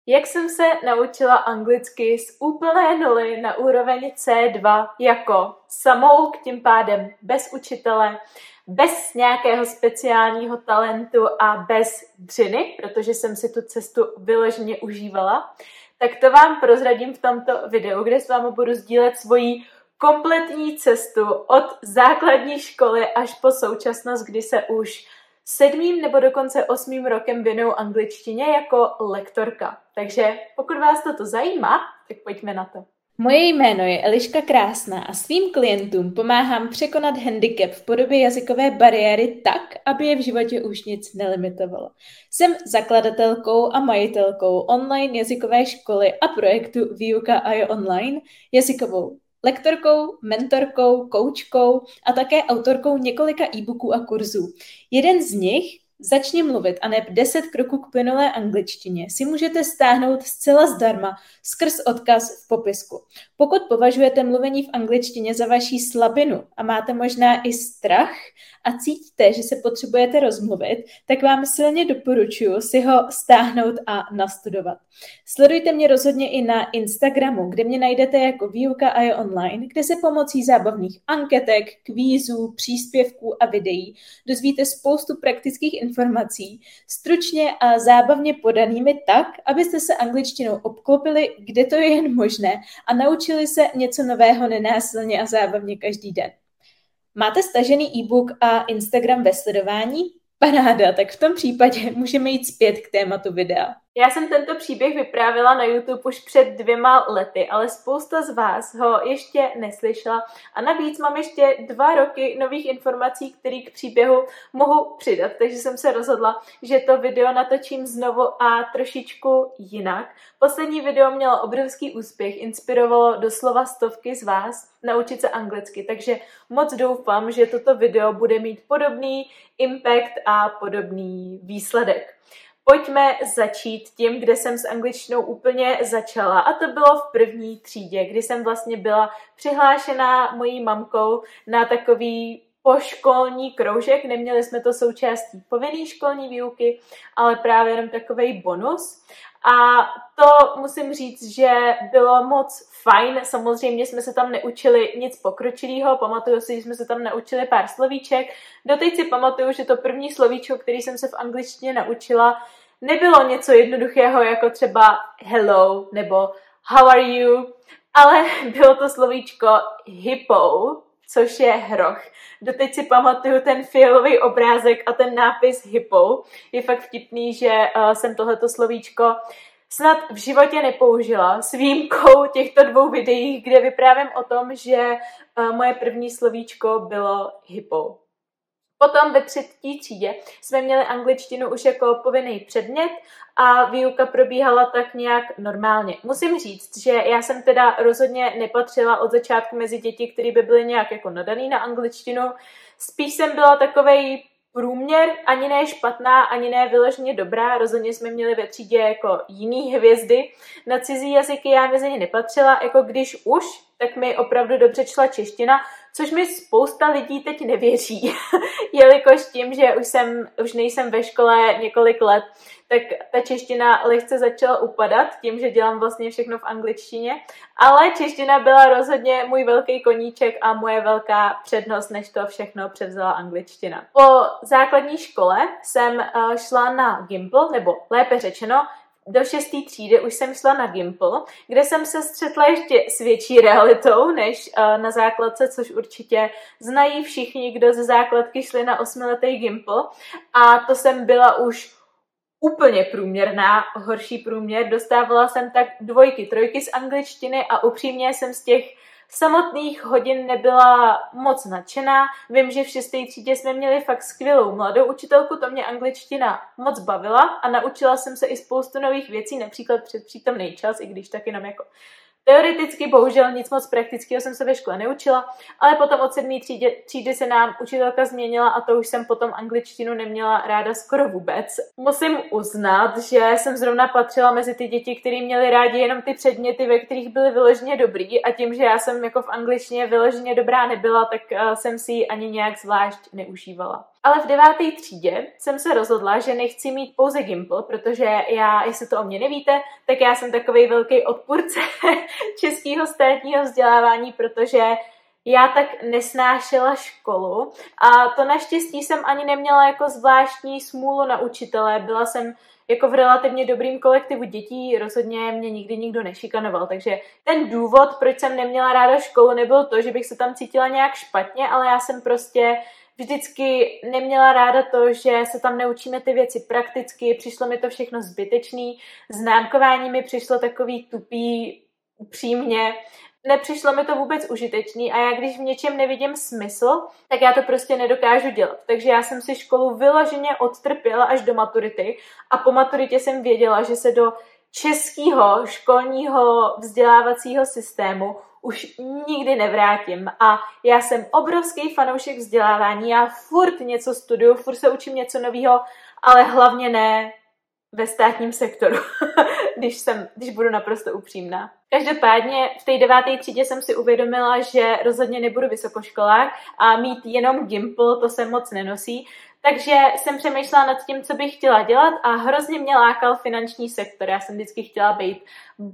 Jak jsem se naučila anglicky z úplné nuly na úroveň C2 jako samouk, tím pádem bez učitele, bez nějakého speciálního talentu a bez dřiny, protože jsem si tu cestu vyloženě užívala, tak to vám prozradím v tomto videu, kde s vámi budu sdílet svoji kompletní cestu od základní školy až po současnost, kdy se už 7. nebo dokonce 8. rokem věnuju angličtině jako lektorka. Takže pokud vás toto zajímá, tak pojďme na to. Moje jméno je Eliška Krásná a svým klientům pomáhám překonat handicap v podobě jazykové bariéry tak, aby je v životě už nic nelimitovalo. Jsem zakladatelkou a majitelkou online jazykové školy a projektu Výuka a je online, jazykovou lektorkou, mentorkou, koučkou a také autorkou několika e-booků a kurzů. Jeden z nich, Začni mluvit a neb 10 kroků k plynulé angličtině, si můžete stáhnout zcela zdarma skrz odkaz v popisku. Pokud považujete mluvení v angličtině za vaší slabinu a máte možná i strach a cítíte, že se potřebujete rozmluvit, tak vám silně doporučuji si ho stáhnout a nastudovat. Sledujte mě rozhodně i na Instagramu, kde mě najdete jako Výuka a je online, kde se pomocí zábavných anketek, kvízů, příspěvků a videí dozvíte spoustu praktických informací, stručně a zábavně podanými tak, abyste se angličtinou obklopili, kde to je jen možné a naučili se něco nového nenásilně a zábavně každý den. Máte stažený e-book a Instagram ve sledování? Paráda, tak v tom případě můžeme jít zpět k tématu videa. Já jsem tento příběh vyprávěla na YouTube už před 2 lety, ale spousta z vás ho ještě neslyšela a navíc mám ještě 2 roky nových informací, které k příběhu mohu přidat, takže jsem se rozhodla, že to video natočím znovu a trošičku jinak. Poslední video mělo obrovský úspěch, inspirovalo doslova stovky z vás naučit se anglicky, takže moc doufám, že toto video bude mít podobný impact a podobný výsledek. Pojďme začít tím, kde jsem s angličtinou úplně začala, a to bylo v 1. třídě, kdy jsem vlastně byla přihlášená mojí mamkou na takový poškolní kroužek. Neměli jsme to součástí povinné školní výuky, ale právě jenom takovej bonus. A to musím říct, že bylo moc fajn. Samozřejmě jsme se tam neučili nic pokročilého, pamatuju si, že jsme se tam naučili pár slovíček. Doteď si pamatuju, že to první slovíčko, který jsem se v angličtině naučila, nebylo něco jednoduchého jako třeba hello nebo how are you, ale bylo to slovíčko hippo, což je hroch. Doteď si pamatuju ten fialový obrázek a ten nápis hippo. Je fakt vtipný, že jsem tohleto slovíčko snad v životě nepoužila, s výjimkou těchto 2 videí, kde vyprávím o tom, že moje první slovíčko bylo hippo. Potom ve 3. třídě jsme měli angličtinu už jako povinný předmět a výuka probíhala tak nějak normálně. Musím říct, že já jsem teda rozhodně nepatřila od začátku mezi děti, které by byly nějak jako nadaný na angličtinu. Spíš jsem byla takovej průměr, ani ne špatná, ani ne vyloženě dobrá. Rozhodně jsme měli ve třídě jako jiný hvězdy. Na cizí jazyky já mezi ně nepatřila, jako když už, tak mi opravdu dobře šla čeština, což mi spousta lidí teď nevěří, jelikož tím, že už nejsem ve škole několik let, tak ta čeština lehce začala upadat tím, že dělám vlastně všechno v angličtině, ale čeština byla rozhodně můj velký koníček a moje velká přednost, než to všechno převzala angličtina. Po základní škole jsem šla na Gimple, nebo lépe řečeno, do 6. třídy už jsem šla na Gimple, kde jsem se střetla ještě s větší realitou než na základce, což určitě znají všichni, kdo ze základky šli na 8letý Gimple. A to jsem byla už úplně průměrná, horší průměr. Dostávala jsem tak 2, 3 z angličtiny a upřímně jsem z těch samotných hodin nebyla moc nadšená. Vím, že v 6. třídě jsme měli fakt skvělou mladou učitelku, to mě angličtina moc bavila a naučila jsem se i spoustu nových věcí, například předpřítomný čas, i když tak jenom jako teoreticky, bohužel nic moc praktického jsem se ve škole neučila, ale potom od 7. třídy se nám učitelka změnila a to už jsem potom angličtinu neměla ráda skoro vůbec. Musím uznat, že jsem zrovna patřila mezi ty děti, které měly rádi jenom ty předměty, ve kterých byly vyloženě dobrý, a tím, že já jsem jako v angličtině vyloženě dobrá nebyla, tak jsem si ji ani nějak zvlášť neužívala. Ale v 9. třídě jsem se rozhodla, že nechci mít pouze Gimpl, protože já, jestli to o mě nevíte, tak já jsem takovej velký odpůrce českého státního vzdělávání, protože já tak nesnášela školu a to naštěstí jsem ani neměla jako zvláštní smůlu na učitele. Byla jsem jako v relativně dobrým kolektivu dětí, rozhodně mě nikdy nikdo nešikanoval, takže ten důvod, proč jsem neměla ráda školu, nebyl to, že bych se tam cítila nějak špatně, ale já jsem prostě vždycky neměla ráda to, že se tam neučíme ty věci prakticky, přišlo mi to všechno zbytečný, známkování mi přišlo takový tupý, upřímně, nepřišlo mi to vůbec užitečný a já když v něčem nevidím smysl, tak já to prostě nedokážu dělat. Takže já jsem si školu vyloženě odtrpěla až do maturity a po maturitě jsem věděla, že se do českého školního vzdělávacího systému už nikdy nevrátím. A já jsem obrovský fanoušek vzdělávání, já furt něco studuju, furt se učím něco nového, ale hlavně ne ve státním sektoru, když budu naprosto upřímná. Každopádně v té 9. třídě jsem si uvědomila, že rozhodně nebudu vysokoškolák a mít jenom Gimpl, to se moc nenosí. Takže jsem přemýšlela nad tím, co bych chtěla dělat a hrozně mě lákal finanční sektor. Já jsem vždycky chtěla být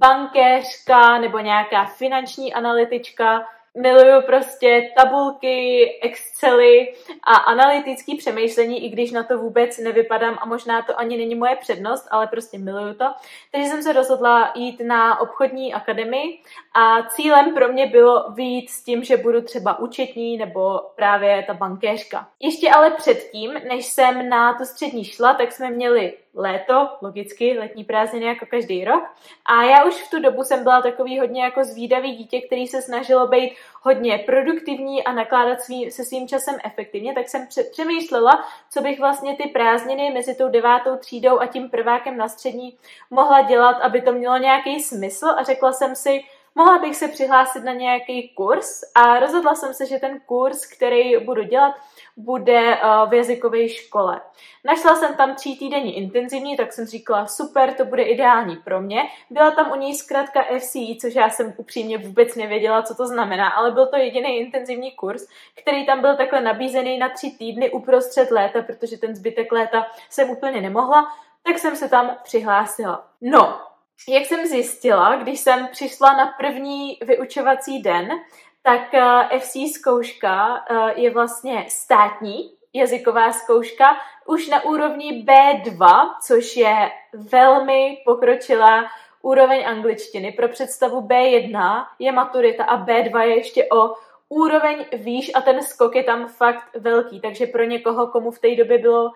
bankéřka nebo nějaká finanční analytička. Miluju prostě tabulky, excely a analytické přemýšlení, i když na to vůbec nevypadám a možná to ani není moje přednost, ale prostě miluju to. Takže jsem se rozhodla jít na obchodní akademii a cílem pro mě bylo vyjít s tím, že budu třeba účetní nebo právě ta bankéřka. Ještě ale předtím, než jsem na tu střední šla, tak jsme měli léto, logicky, letní prázdniny jako každý rok. A já už v tu dobu jsem byla takový hodně jako zvídavý dítě, který se snažilo být hodně produktivní a nakládat se svým časem efektivně, tak jsem přemýšlela, co bych vlastně ty prázdniny mezi tou 9. třídou a tím prvákem na střední mohla dělat, aby to mělo nějaký smysl a řekla jsem si, mohla bych se přihlásit na nějaký kurz a rozhodla jsem se, že ten kurz, který budu dělat, bude v jazykové škole. Našla jsem tam 3týdenní intenzivní, tak jsem říkala, super, to bude ideální pro mě. Byla tam u něj zkrátka FCE, což já jsem upřímně vůbec nevěděla, co to znamená, ale byl to jediný intenzivní kurz, který tam byl takhle nabízený na 3 týdny uprostřed léta, protože ten zbytek léta jsem úplně nemohla, tak jsem se tam přihlásila. No, jak jsem zjistila, když jsem přišla na první vyučovací den, tak FC zkouška je vlastně státní jazyková zkouška už na úrovni B2, což je velmi pokročilá úroveň angličtiny. Pro představu B1 je maturita a B2 je ještě o úroveň výš a ten skok je tam fakt velký, takže pro někoho, komu v té době bylo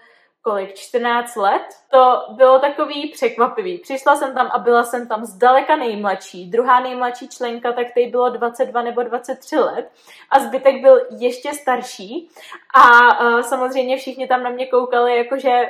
14 let, to bylo takový překvapivý. Přišla jsem tam a byla jsem tam zdaleka nejmladší. Druhá nejmladší členka, tak tej bylo 22 nebo 23 let a zbytek byl ještě starší a samozřejmě všichni tam na mě koukali, jakože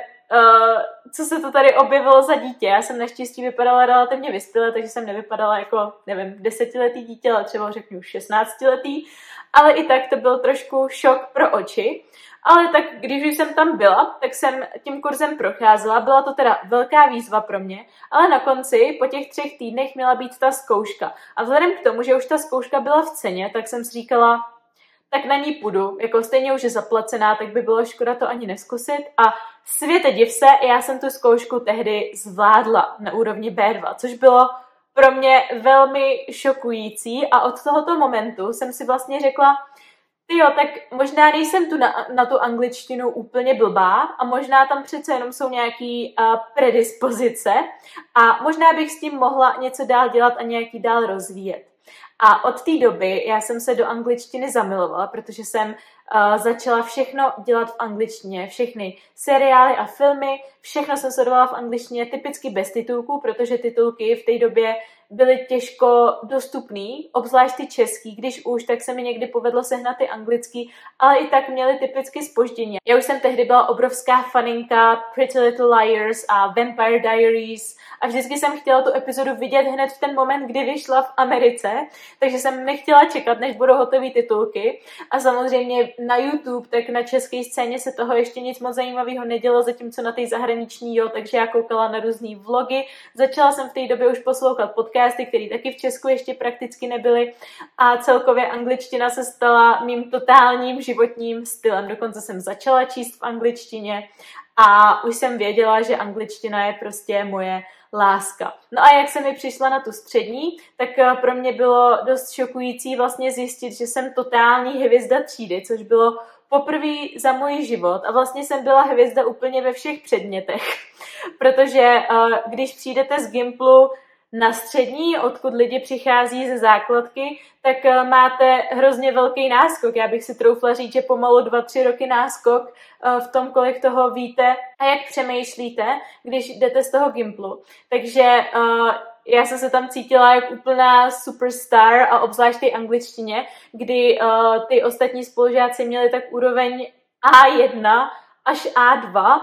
co se to tady objevilo za dítě. Já jsem naštěstí vypadala relativně vyspěle, takže jsem nevypadala jako, nevím, 10letý dítě, ale třeba řeknu 16letý, ale i tak to byl trošku šok pro oči. Ale tak když už jsem tam byla, tak jsem tím kurzem procházela, byla to teda velká výzva pro mě, ale na konci, po těch 3 týdnech měla být ta zkouška. A vzhledem k tomu, že už ta zkouška byla v ceně, tak jsem si říkala, tak na ní půjdu, jako stejně už je zaplacená, tak by bylo škoda to ani neskusit. A světe div se, já jsem tu zkoušku tehdy zvládla na úrovni B2, což bylo pro mě velmi šokující a od tohoto momentu jsem si vlastně řekla, jo, tak možná nejsem tu na tu angličtinu úplně blbá a možná tam přece jenom jsou nějaký predispozice a možná bych s tím mohla něco dál dělat a nějaký dál rozvíjet. A od té doby já jsem se do angličtiny zamilovala, protože jsem začala všechno dělat v angličtině, všechny seriály a filmy, všechno jsem sledovala v angličtině, typicky bez titulků, protože titulky v té době byly těžko dostupný, obzvlášť ty český, když už, tak se mi někdy povedlo sehnat ty anglický, ale i tak měly typicky zpoždění. Já už jsem tehdy byla obrovská faninka Pretty Little Liars a Vampire Diaries a vždycky jsem chtěla tu epizodu vidět hned v ten moment, kdy vyšla v Americe, takže jsem nechtěla čekat, než budou hotové titulky a samozřejmě na YouTube, tak na české scéně se toho ještě nic moc zajímavého nedělo, zatímco na té zahraniční jo, takže já koukala na různý vlogy, začala jsem v té době už poslouchat podcast, podcasty, které taky v Česku ještě prakticky nebyly a celkově angličtina se stala mým totálním životním stylem. Dokonce jsem začala číst v angličtině a už jsem věděla, že angličtina je prostě moje láska. No a jak jsem mi přišla na tu střední, tak pro mě bylo dost šokující vlastně zjistit, že jsem totální hvězda třídy, což bylo poprvé za můj život a vlastně jsem byla hvězda úplně ve všech předmětech, protože když přijdete z Gimplu na střední, odkud lidi přichází ze základky, tak máte hrozně velký náskok. Já bych si troufla říct, že pomalu 2-3 roky náskok v tom, kolik toho víte a jak přemýšlíte, když jdete z toho Gimplu. Takže já jsem se tam cítila jako úplná superstar a obzvlášť té angličtině, kdy ty ostatní spolužáci měli tak úroveň A1 až A2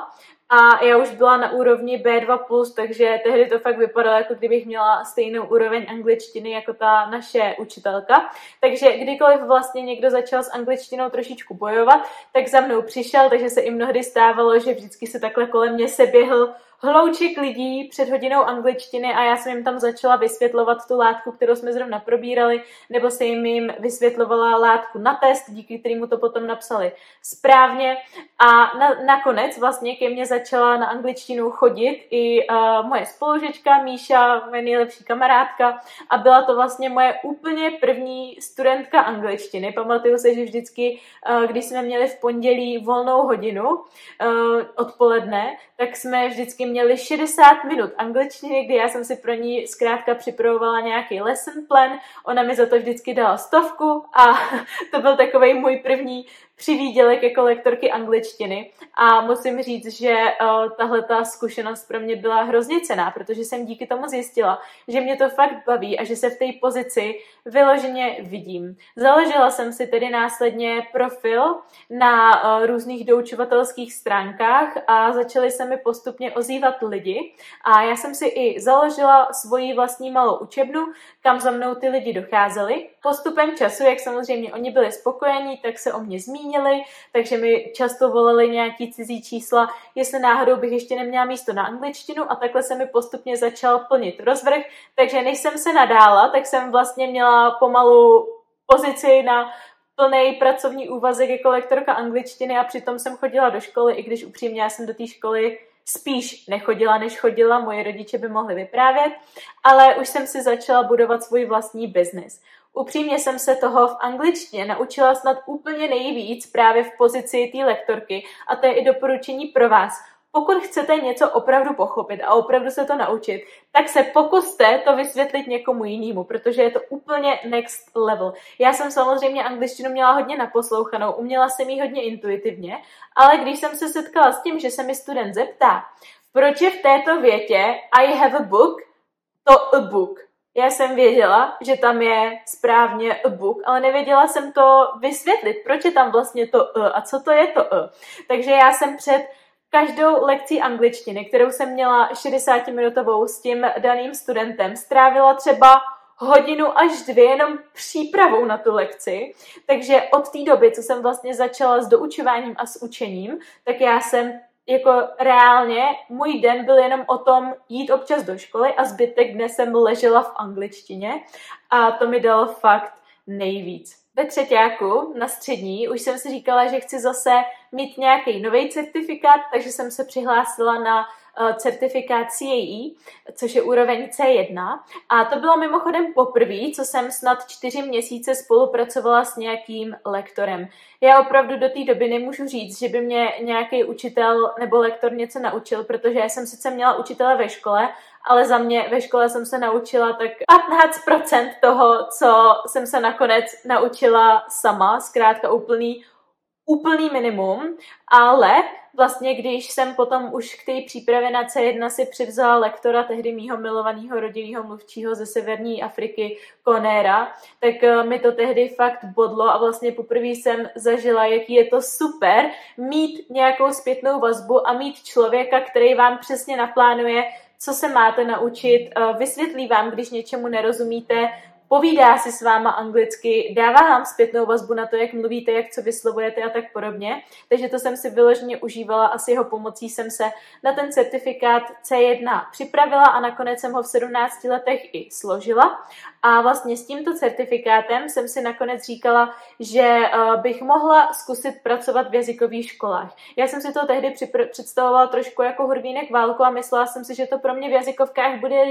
a já už byla na úrovni B2+, takže tehdy to fakt vypadalo, jako kdybych měla stejnou úroveň angličtiny jako ta naše učitelka. Takže kdykoliv vlastně někdo začal s angličtinou trošičku bojovat, tak za mnou přišel, takže se i mnohdy stávalo, že vždycky se takhle kolem mě seběhl hlouček lidí před hodinou angličtiny a já jsem jim tam začala vysvětlovat tu látku, kterou jsme zrovna probírali, nebo se jim vysvětlovala látku na test, díky kterému to potom napsali správně. A nakonec vlastně ke mně začala na angličtinu chodit i moje spolužečka Míša, moje nejlepší kamarádka a byla to vlastně moje úplně první studentka angličtiny. Pamatuju se, že vždycky, když jsme měli v pondělí volnou hodinu odpoledne, tak jsme vždycky měli 60 minut angličtiny, kdy já jsem si pro ní zkrátka připravovala nějaký lesson plan, ona mi za to vždycky dala 100 a to byl takovej můj první přivídělek jako lektorky angličtiny a musím říct, že tahleta zkušenost pro mě byla hrozně cenná, protože jsem díky tomu zjistila, že mě to fakt baví a že se v té pozici vyloženě vidím. Založila jsem si tedy následně profil na různých doučovatelských stránkách a začaly se mi postupně ozývat lidi a já jsem si i založila svoji vlastní malou učebnu, kam za mnou ty lidi docházeli. Postupem času, jak samozřejmě oni byli spokojení, tak se o mě zmínili, takže mi často volali nějaký cizí čísla, jestli náhodou bych ještě neměla místo na angličtinu a takhle se mi postupně začal plnit rozvrh, takže než jsem se nadála, tak jsem vlastně měla pomalu pozici na plný pracovní úvazek jako lektorka angličtiny a přitom jsem chodila do školy, i když upřímně já jsem do té školy spíš nechodila, než chodila, moje rodiče by mohli vyprávět, ale už jsem si začala budovat svůj vlastní biznis. Upřímně jsem se toho v angličtině naučila snad úplně nejvíc právě v pozici té lektorky a to je i doporučení pro vás. Pokud chcete něco opravdu pochopit a opravdu se to naučit, tak se pokuste to vysvětlit někomu jinému, protože je to úplně next level. Já jsem samozřejmě angličtinu měla hodně naposlouchanou, uměla jsem ji hodně intuitivně, ale když jsem se setkala s tím, že se mi student zeptá, proč je v této větě I have a book, to a book. Já jsem věděla, že tam je správně a book, ale nevěděla jsem to vysvětlit, proč je tam vlastně to a co to je to a. Takže já jsem před každou lekcí angličtiny, kterou jsem měla 60-minutovou s tím daným studentem, strávila třeba 1 až 2 hodiny jenom přípravou na tu lekci. Takže od té doby, co jsem vlastně začala s doučováním a s učením, tak já jsem jako reálně, můj den byl jenom o tom jít občas do školy a zbytek dne jsem ležela v angličtině a to mi dalo fakt nejvíc. Ve třeťáku na střední už jsem si říkala, že chci zase mít nějaký nový certifikát, takže jsem se přihlásila na certifikát CAE, což je úroveň C1. A to bylo mimochodem poprvé, co jsem snad 4 měsíce spolupracovala s nějakým lektorem. Já opravdu do té doby nemůžu říct, že by mě nějaký učitel nebo lektor něco naučil, protože já jsem sice měla učitele ve škole, ale za mě ve škole jsem se naučila tak 15% toho, co jsem se nakonec naučila sama, zkrátka úplný minimum, ale vlastně když jsem potom už k té přípravě na C1 si přivzala lektora, tehdy mýho milovaného rodinného mluvčího ze severní Afriky, Konera, tak mi to tehdy fakt bodlo a vlastně poprvé jsem zažila, jaký je to super mít nějakou zpětnou vazbu a mít člověka, který vám přesně naplánuje, co se máte naučit, vysvětlí vám, když něčemu nerozumíte, povídá si s váma anglicky, dává vám zpětnou vazbu na to, jak mluvíte, jak co vyslovujete a tak podobně. Takže to jsem si vyloženě užívala a s jeho pomocí jsem se na ten certifikát C1 připravila a nakonec jsem ho v 17 letech i složila. A vlastně s tímto certifikátem jsem si nakonec říkala, že bych mohla zkusit pracovat v jazykových školách. Já jsem si to tehdy představovala trošku jako Hurvínek válku a myslela jsem si, že to pro mě v jazykovkách bude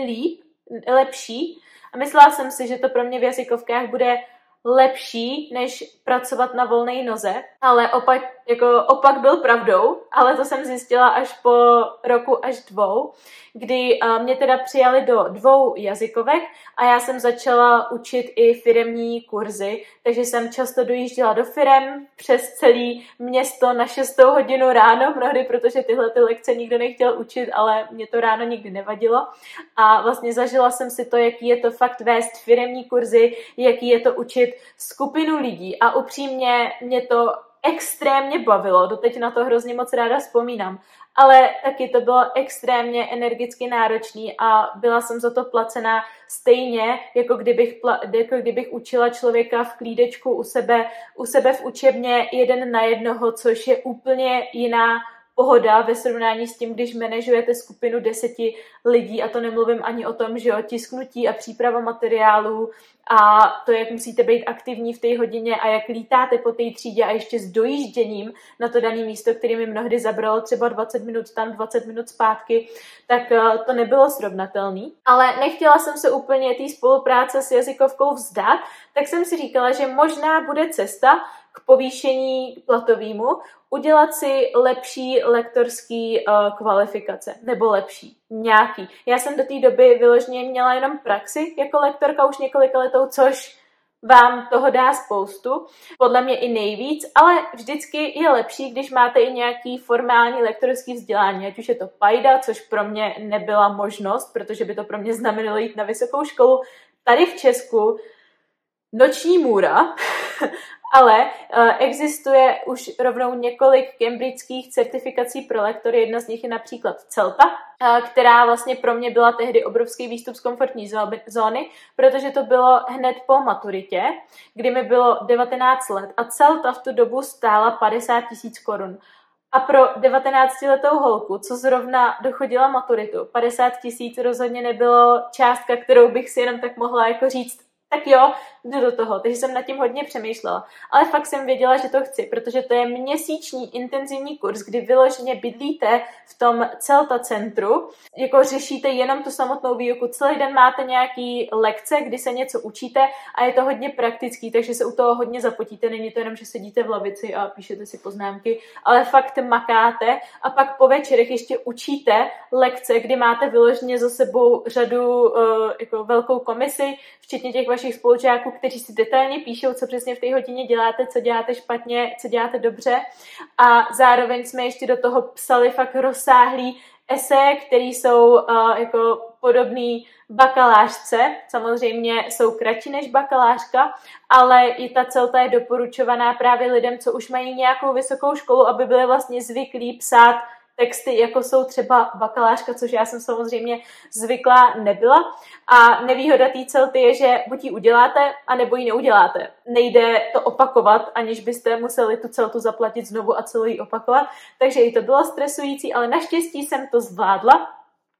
lepší. A myslela jsem si, že to pro mě v jazykovkách bude lepší, než pracovat na volné noze, ale opak byl pravdou, ale to jsem zjistila až po roku až 2, kdy mě teda přijali do 2 jazykovek a já jsem začala učit i firemní kurzy, takže jsem často dojížděla do firem přes celé město na 6 hodinu ráno, mnohdy, protože tyhle ty lekce nikdo nechtěl učit, ale mě to ráno nikdy nevadilo a vlastně zažila jsem si to, jaký je to fakt vést firemní kurzy, jaký je to učit skupinu lidí a upřímně mě to extrémně bavilo, doteď na to hrozně moc ráda vzpomínám, ale taky to bylo extrémně energicky náročný a byla jsem za to placená stejně, jako kdybych učila člověka v klídečku u sebe v učebně 1 na 1, což je úplně jiná pohoda ve srovnání s tím, když manažujete skupinu 10 lidí a to nemluvím ani o tom, že jo, tisknutí a příprava materiálů a to, jak musíte být aktivní v té hodině a jak lítáte po té třídě a ještě s dojížděním na to dané místo, který mi mnohdy zabralo třeba 20 minut tam, 20 minut zpátky, tak to nebylo srovnatelný. Ale nechtěla jsem se úplně té spolupráce s jazykovkou vzdát, tak jsem si říkala, že možná bude cesta k povýšení platovému, udělat si lepší lektorský kvalifikace, nebo lepší, nějaký. Já jsem do té doby vyloženě měla jenom praxi jako lektorka už několika letou, což vám toho dá spoustu, podle mě i nejvíc, ale vždycky je lepší, když máte i nějaký formální lektorský vzdělání, ať už je to PAIDA, což pro mě nebyla možnost, protože by to pro mě znamenalo jít na vysokou školu. Tady v Česku noční můra, ale existuje už rovnou několik cambridgeských certifikací pro lektory, jedna z nich je například CELTA, která vlastně pro mě byla tehdy obrovský výstup z komfortní zóny, protože to bylo hned po maturitě, kdy mi bylo 19 let a CELTA v tu dobu stála 50 000 korun. A pro 19letou holku, co zrovna dochodila maturitu, 50 000 rozhodně nebylo částka, kterou bych si jenom tak mohla jako říct, tak jo, jdu do toho. Takže jsem nad tím hodně přemýšlela. Ale fakt jsem věděla, že to chci, protože to je měsíční intenzivní kurz, kdy vyloženě bydlíte v tom CELTA centru, jako řešíte jenom tu samotnou výuku. Celý den máte nějaký lekce, kdy se něco učíte a je to hodně praktický, takže se u toho hodně zapotíte. Není to jenom, že sedíte v lavici a píšete si poznámky, ale fakt makáte a pak po večerech ještě učíte lekce, kdy máte vyloženě za sebou řadu jako velkou komisi, včetně těch vašich spolužáků, kteří si detailně píšou, co přesně v té hodině děláte, co děláte špatně, co děláte dobře. A zároveň jsme ještě do toho psali fakt rozsáhlý eseje, které jsou jako podobný bakalářce. Samozřejmě jsou kratší než bakalářka, ale i ta CELTA je doporučovaná právě lidem, co už mají nějakou vysokou školu, aby byli vlastně zvyklí psát texty, jako jsou třeba bakalářka, což já jsem samozřejmě zvyklá nebyla. A nevýhoda té CELTY je, že buď ji uděláte, anebo ji neuděláte. Nejde to opakovat, aniž byste museli tu CELTu zaplatit znovu a celou ji opakovat. Takže i to bylo stresující, ale naštěstí jsem to zvládla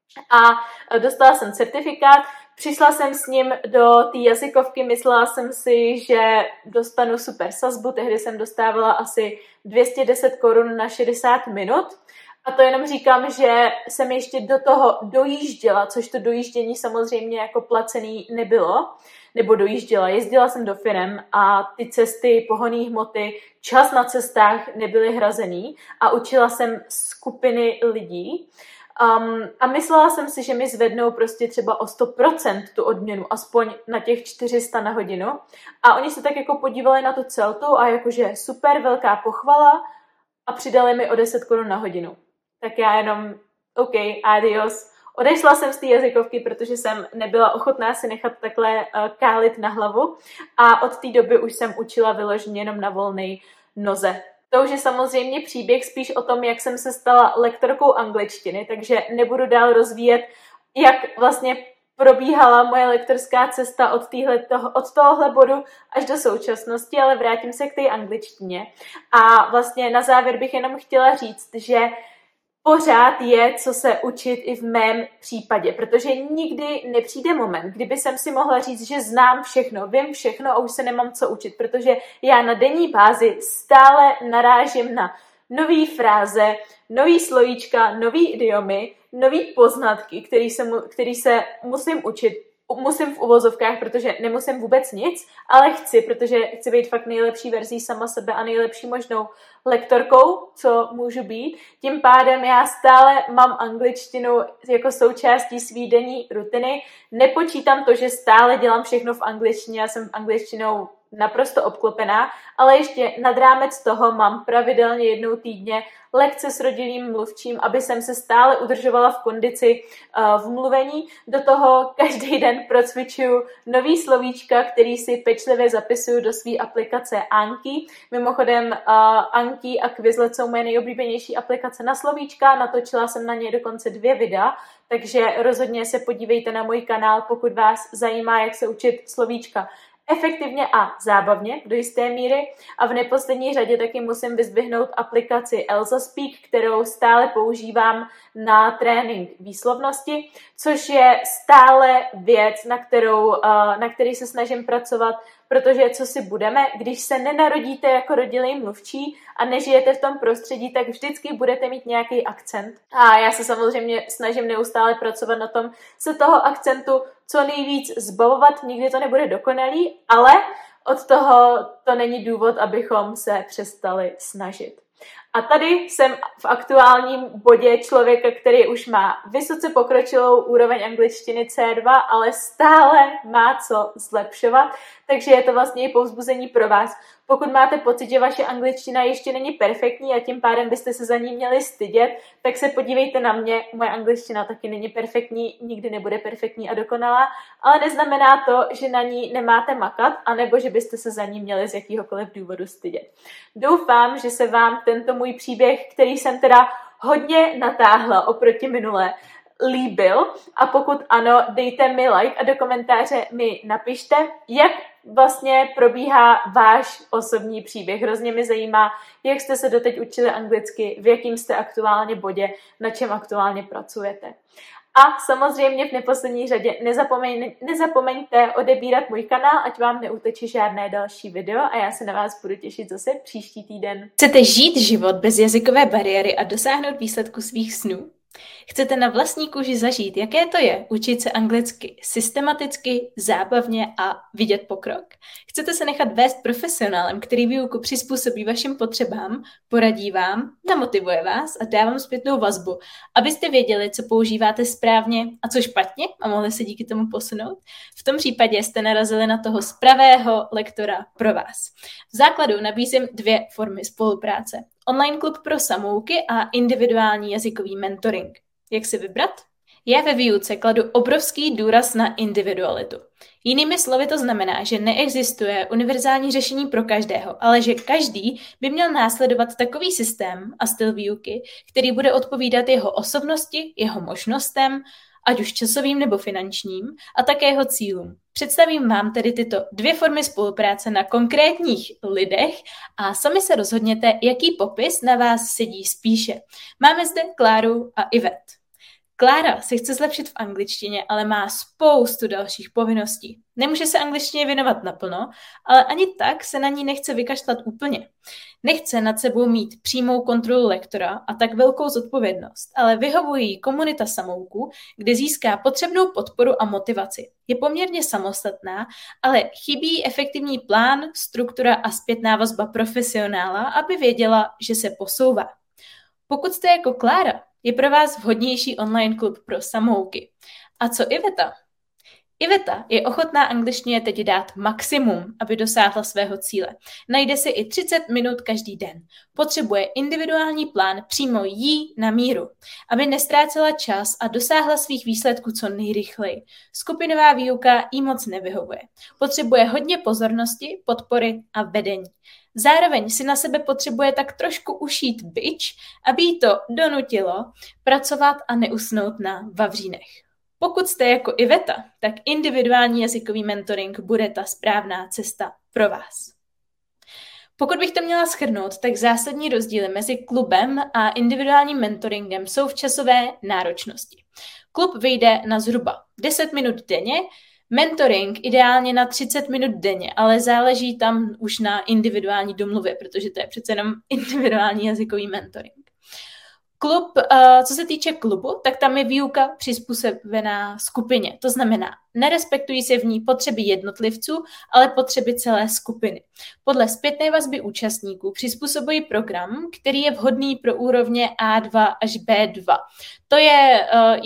a dostala jsem certifikát. Přišla jsem s ním do té jazykovky, myslela jsem si, že dostanu super sazbu, tehdy jsem dostávala asi 210 korun na 60 minut. A to jenom říkám, že jsem ještě do toho dojížděla, což to dojíždění samozřejmě jako placený nebylo, nebo dojížděla. Jezdila jsem do firem a ty cesty, pohonné hmoty, čas na cestách nebyly hrazený a učila jsem skupiny lidí. A myslela jsem si, že mi zvednou prostě třeba o 100% tu odměnu, aspoň na těch 400 na hodinu. A oni se tak jako podívali na tu CELTu a jakože super, velká pochvala a přidali mi o 10 korun na hodinu. Tak já jenom, OK, adios. Odešla jsem z té jazykovky, protože jsem nebyla ochotná si nechat takhle kálit na hlavu a od té doby už jsem učila vyloženě jenom na volné noze. To už je samozřejmě příběh spíš o tom, jak jsem se stala lektorkou angličtiny, takže nebudu dál rozvíjet, jak vlastně probíhala moje lektorská cesta od tohohle bodu až do současnosti, ale vrátím se k té angličtině. A vlastně na závěr bych jenom chtěla říct, že pořád je, co se učit i v mém případě, protože nikdy nepřijde moment, kdyby jsem si mohla říct, že znám všechno, vím všechno a už se nemám co učit, protože já na denní bázi stále narážím na nový fráze, nový slovíčka, nový idiomy, nový poznatky, který se musím učit. Musím v uvozovkách, protože nemusím vůbec nic, ale chci, protože chci být fakt nejlepší verzí sama sebe a nejlepší možnou lektorkou, co můžu být. Tím pádem já stále mám angličtinu jako součástí svý denní rutiny. Nepočítám to, že stále dělám všechno v angličtině, já jsem angličtinou naprosto obklopená, ale ještě nad rámec toho mám pravidelně jednou týdně lekce s rodilým mluvčím, aby jsem se stále udržovala v kondici v mluvení. Do toho každý den procvičuju nový slovíčka, který si pečlivě zapisuju do své aplikace Anki. Mimochodem Anki a Quizlet jsou moje nejoblíbenější aplikace na slovíčka, natočila jsem na ně dokonce 2 videa, takže rozhodně se podívejte na můj kanál, pokud vás zajímá, jak se učit slovíčka efektivně a zábavně do jisté míry. A v neposlední řadě taky musím vyzdvihnout aplikaci Elsa Speak, kterou stále používám na trénink výslovnosti, což je stále věc, na který se snažím pracovat, protože co si budeme, když se nenarodíte jako rodilý mluvčí a nežijete v tom prostředí, tak vždycky budete mít nějaký akcent. A já se samozřejmě snažím neustále pracovat na tom, se toho akcentu co nejvíc zbavovat, nikdy to nebude dokonalý, ale od toho to není důvod, abychom se přestali snažit. A tady jsem v aktuálním bodě člověka, který už má vysoce pokročilou úroveň angličtiny C2, ale stále má co zlepšovat, takže je to vlastně i povzbuzení pro vás. Pokud máte pocit, že vaše angličtina ještě není perfektní a tím pádem byste se za ní měli stydět, tak se podívejte na mě, moje angličtina taky není perfektní, nikdy nebude perfektní a dokonalá, ale neznamená to, že na ní nemáte makat, anebo že byste se za ní měli z jakýhokoliv důvodu stydět. Doufám, že se vám tento můj příběh, který jsem teda hodně natáhla oproti minulé, líbil a pokud ano, dejte mi like a do komentáře mi napište, jak vlastně probíhá váš osobní příběh. Hrozně mi zajímá, jak jste se doteď učili anglicky, v jakým jste aktuálně bodě, na čem aktuálně pracujete. A samozřejmě v neposlední řadě nezapomeňte odebírat můj kanál, ať vám neuteče žádné další video a já se na vás budu těšit zase příští týden. Chcete žít život bez jazykové bariéry a dosáhnout výsledku svých snů? Chcete na vlastní kůži zažít, jaké to je učit se anglicky systematicky, zábavně a vidět pokrok? Chcete se nechat vést profesionálem, který výuku přizpůsobí vašim potřebám, poradí vám, namotivuje vás a dá vám zpětnou vazbu, abyste věděli, co používáte správně a co špatně a mohli se díky tomu posunout? V tom případě jste narazili na toho pravého lektora pro vás. V základu nabízím 2 formy spolupráce. Online klub pro samouky a individuální jazykový mentoring. Jak si vybrat? Já ve výuce kladu obrovský důraz na individualitu. Jinými slovy to znamená, že neexistuje univerzální řešení pro každého, ale že každý by měl následovat takový systém a styl výuky, který bude odpovídat jeho osobnosti, jeho možnostem, ať už časovým nebo finančním, a také jeho cílům. Představím vám tedy tyto 2 formy spolupráce na konkrétních lidech a sami se rozhodněte, jaký popis na vás sedí spíše. Máme zde Kláru a Ivet. Klára se chce zlepšit v angličtině, ale má spoustu dalších povinností. Nemůže se angličtině věnovat naplno, ale ani tak se na ní nechce vykašlat úplně. Nechce nad sebou mít přímou kontrolu lektora a tak velkou zodpovědnost, ale vyhovuje jí komunita samouků, kde získá potřebnou podporu a motivaci. Je poměrně samostatná, ale chybí efektivní plán, struktura a zpětná vazba profesionála, aby věděla, že se posouvá. Pokud jste jako Klára, je pro vás vhodnější online klub pro samouky. A co Iveta? Iveta je ochotná angličtině teď dát maximum, aby dosáhla svého cíle. Najde si i 30 minut každý den. Potřebuje individuální plán přímo jí na míru, aby nestrácela čas a dosáhla svých výsledků co nejrychleji. Skupinová výuka jí moc nevyhovuje. Potřebuje hodně pozornosti, podpory a vedení. Zároveň si na sebe potřebuje tak trošku ušít bič, aby jí to donutilo pracovat a neusnout na vavřínech. Pokud jste jako Iveta, tak individuální jazykový mentoring bude ta správná cesta pro vás. Pokud bych to měla shrnout, tak zásadní rozdíly mezi klubem a individuálním mentoringem jsou v časové náročnosti. Klub vyjde na zhruba 10 minut denně, mentoring ideálně na 30 minut denně, ale záleží tam už na individuální domluvě, protože to je přece jenom individuální jazykový mentoring. Klub, co se týče klubu, tak tam je výuka přizpůsobená skupině. To znamená, nerespektují se v ní potřeby jednotlivců, ale potřeby celé skupiny. Podle zpětné vazby účastníků přizpůsobují program, který je vhodný pro úrovně A2 až B2. To je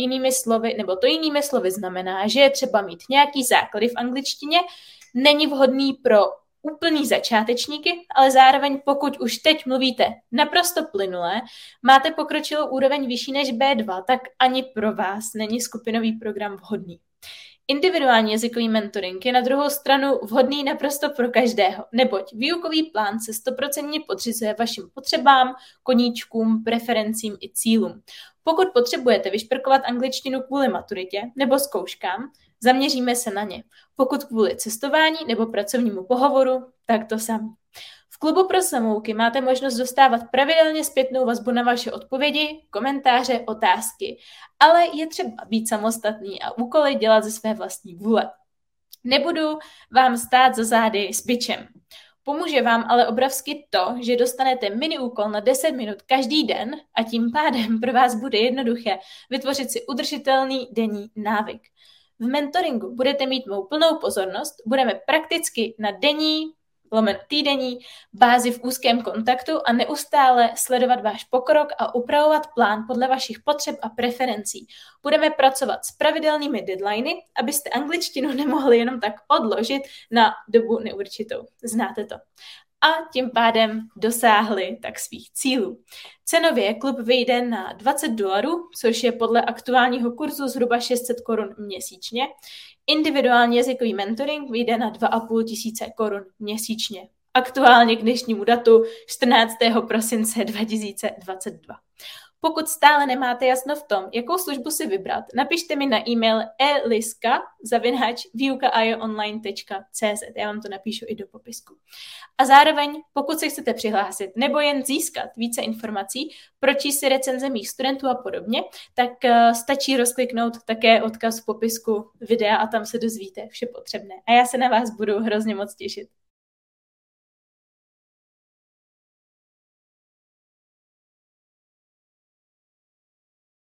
jinými slovy znamená, že je třeba mít nějaký základy v angličtině, není vhodný pro úplný začátečníky, ale zároveň pokud už teď mluvíte naprosto plynule, máte pokročilou úroveň vyšší než B2, tak ani pro vás není skupinový program vhodný. Individuální jazykový mentoring je na druhou stranu vhodný naprosto pro každého, neboť výukový plán se 100% podřizuje vašim potřebám, koníčkům, preferencím i cílům. Pokud potřebujete vyšperkovat angličtinu kvůli maturitě nebo zkouškám, zaměříme se na ně. Pokud kvůli cestování nebo pracovnímu pohovoru, tak to samé. V klubu pro samouky máte možnost dostávat pravidelně zpětnou vazbu na vaše odpovědi, komentáře, otázky, ale je třeba být samostatný a úkoly dělat ze své vlastní vůle. Nebudu vám stát za zády s bičem. Pomůže vám ale obrovsky to, že dostanete mini úkol na 10 minut každý den a tím pádem pro vás bude jednoduché vytvořit si udržitelný denní návyk. V mentoringu budete mít mou plnou pozornost, budeme prakticky na týdenní bázi v úzkém kontaktu a neustále sledovat váš pokrok a upravovat plán podle vašich potřeb a preferencí. Budeme pracovat s pravidelnými deadliny, abyste angličtinu nemohli jenom tak odložit na dobu neurčitou. Znáte to. A tím pádem dosáhli tak svých cílů. Cenově klub vyjde na $20, což je podle aktuálního kurzu zhruba 600 Kč měsíčně. Individuální jazykový mentoring vyjde na 2500 Kč měsíčně. Aktuálně k dnešnímu datu 14. prosince 2022. Pokud stále nemáte jasno v tom, jakou službu si vybrat, napište mi na e-mail eliska@viuka.ionline.cz. Já vám to napíšu i do popisku. A zároveň, pokud se chcete přihlásit nebo jen získat více informací, pročíst si recenze mých studentů a podobně, tak stačí rozkliknout také odkaz v popisku videa a tam se dozvíte vše potřebné. A já se na vás budu hrozně moc těšit.